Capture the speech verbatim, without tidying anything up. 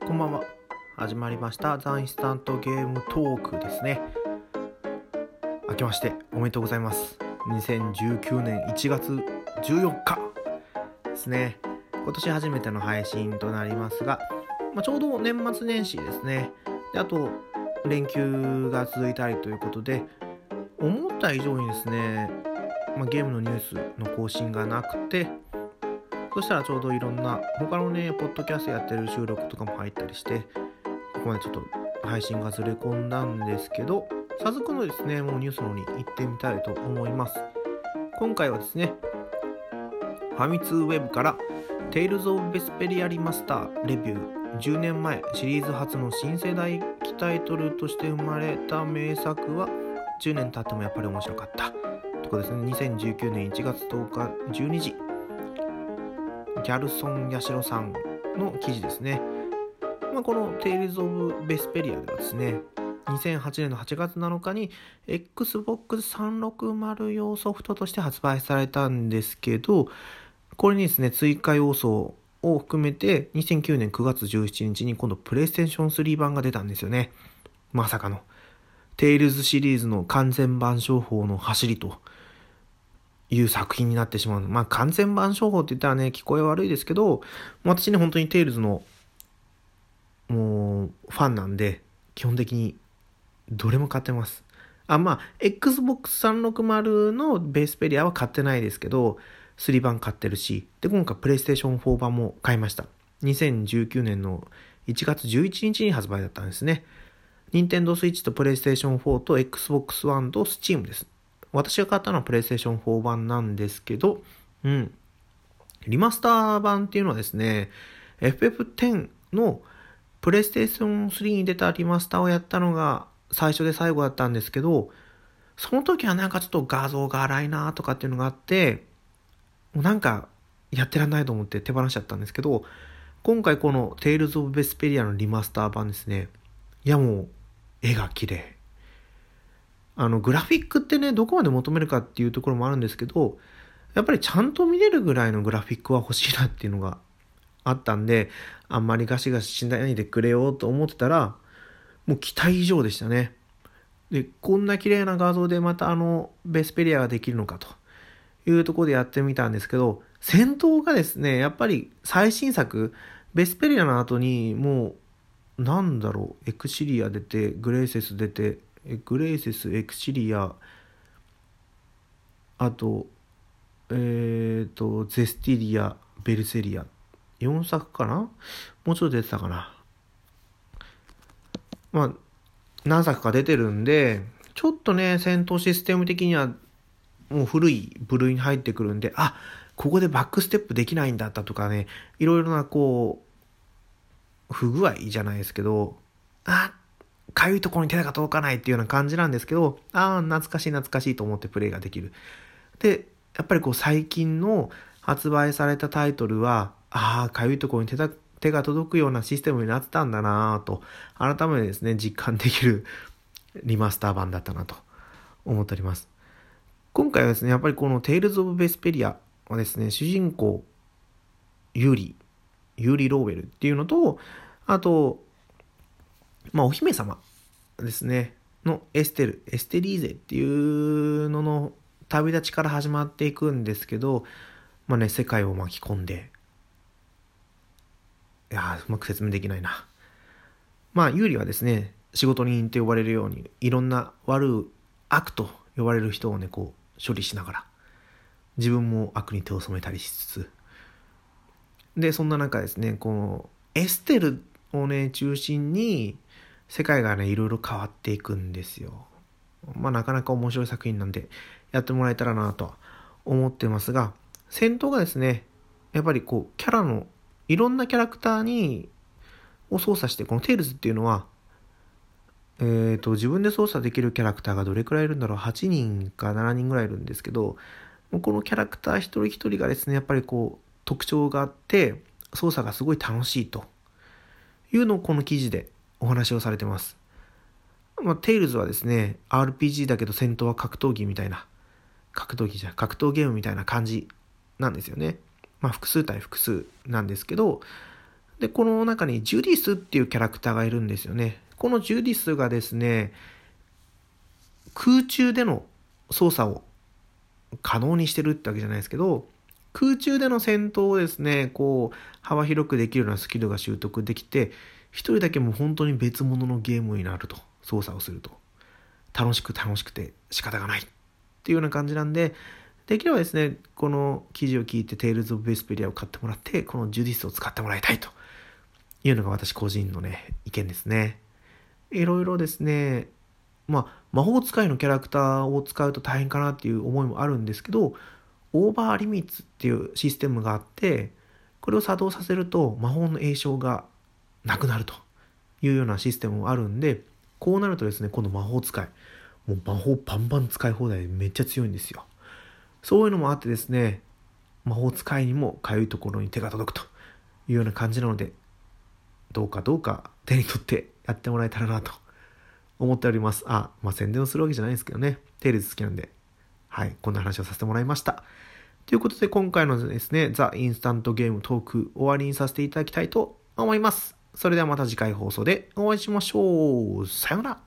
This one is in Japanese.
こんばんは。始まりましたザ・インスタントゲームトークですね。明けましておめでとうございます。にせんじゅうきゅうねんいちがつじゅうよっかですね。今年初めての配信となりますが、まあ、ちょうど年末年始ですね。であと連休が続いたりということで、思った以上にですね、まあ、ゲームのニュースの更新がなくて、そしたらちょうどいろんな他のねポッドキャストやってる収録とかも入ったりして、ここまでちょっと配信がずれ込んだんですけど、早速のですねもうニュースの方に行ってみたいと思います。今回はですね、ファミツーウェブからテイルズ・オブ・ベスペリアリマスターレビュー、じゅうねんまえシリーズ初の新世代機タイトルとして生まれた名作はじゅうねん経ってもやっぱり面白かったとこですね。にせんじゅうきゅうねんいちがつとおかじゅうにじ、ギャルソン・ヤシロさんの記事ですね。まあ、このテイルズ・オブ・ベスペリアではですね、にせんはちねんのはちがつなのかに エックスボックスさんびゃくろくじゅう 用ソフトとして発売されたんですけど、これにですね追加要素を含めてにせんきゅうねんくがつじゅうしちにちに今度プレイステーションスリー版が出たんですよね。まさかのテイルズシリーズの完全版商法の走りという作品になってしまう。まあ完全版商法って言ったらね聞こえ悪いですけど、私ね本当にテイルズのもうファンなんで基本的にどれも買ってます。あまあ エックスボックスさんびゃくろくじゅう のベースペリアは買ってないですけど、スリー版買ってるし、で今回プレイステーションフォー版も買いました。にせんじゅうきゅうねんのいちがつじゅういちにちに発売だったんですね。任天堂スイッチとプレイステーションフォーと エックスボックスワン と Steam です。私が買ったのはプレイステーションフォー版なんですけど、うん。リマスター版っていうのはですね、エフエフテン のプレイステーションスリーに出たリマスターをやったのが最初で最後だったんですけど、その時はなんかちょっと画像が荒いなとかっていうのがあって、もうなんかやってらんないと思って手放しちゃったんですけど、今回このテイルズ・オブ・ベスペリアのリマスター版ですね、いやもう絵が綺麗。あのグラフィックってねどこまで求めるかっていうところもあるんですけど、やっぱりちゃんと見れるぐらいのグラフィックは欲しいなっていうのがあったんで、あんまりガシガシしないでくれよと思ってたら、もう期待以上でしたね。でこんな綺麗な画像でまたあのベスペリアができるのかというところでやってみたんですけど、戦闘がですねやっぱり最新作ベスペリアの後にもうなんだろうエクシリア出てグレイセス出てグレイセスエクシリア、あとえっ、ー、とゼスティリアベルセリアよんさくかな、もうちょっと出てたかな。まあ何作か出てるんで、ちょっとね戦闘システム的にはもう古い部類に入ってくるんで、あここでバックステップできないんだったとかね、いろいろなこう不具合じゃないですけど、あかゆいところに手が届かないっていうような感じなんですけど、あ懐かしい懐かしいと思ってプレイができる。でやっぱりこう最近の発売されたタイトルはああかゆいところに手だ手が届くようなシステムになってたんだなと改めてですね実感できるリマスター版だったなと思っております。今回はですねやっぱりこのテイルズ・オブ・ベスペリアはですね、主人公ユーリユーリ・ローウェルっていうのと、あとまあお姫様ですねのエステルエステリーゼっていうのの旅立ちから始まっていくんですけど、まあね世界を巻き込んで、いやうまく説明できないな。まあユーリはですね仕事人って呼ばれるようにいろんな悪悪と呼ばれる人をねこう処理しながら自分も悪に手を染めたりしつつで、そんな中ですねこのエステルをね中心に世界がねいろいろ変わっていくんですよ。まあなかなか面白い作品なんでやってもらえたらなとは思ってますが、戦闘がですねやっぱりこうキャラのいろんなキャラクターにを操作して、このテイルズっていうのはえーと自分で操作できるキャラクターがどれくらいいるんだろう、はちにんかしちにんぐらいいるんですけど、このキャラクター一人一人がですねやっぱりこう特徴があって操作がすごい楽しいというのをこの記事でお話をされてます。まあ、テイルズはですね アールピージー だけど戦闘は格闘技みたいな格闘技じゃ格闘ゲームみたいな感じなんですよね。まあ複数対複数なんですけど、 で、この中にジュディスっていうキャラクターがいるんですよね。このジュディスがですね、空中での操作を可能にしてるってわけじゃないですけど、空中での戦闘をですね、こう、幅広くできるようなスキルが習得できて、一人だけもう本当に別物のゲームになると、操作をすると。楽しく楽しくて仕方がないっていうような感じなんで、できればですね、この記事を聞いてテイルズ・オブ・ベスペリアを買ってもらって、このジュディスを使ってもらいたいというのが私個人のね、意見ですね。いろいろですね、まあ、魔法使いのキャラクターを使うと大変かなっていう思いもあるんですけど、オーバーリミッツっていうシステムがあって、これを作動させると魔法の詠唱がなくなるというようなシステムもあるんで、こうなるとですね、この魔法使い、もう魔法バンバン使い放題でめっちゃ強いんですよ。そういうのもあってですね、魔法使いにもかゆいところに手が届くというような感じなので、どうかどうか手に取ってやってもらえたらなと思っております。あ、まあ宣伝をするわけじゃないですけどね。テイルズ好きなんで。はい、こんな話をさせてもらいました。ということで今回のですね、ザ・インスタントゲームトーク終わりにさせていただきたいと思います。それではまた次回放送でお会いしましょう。さようなら。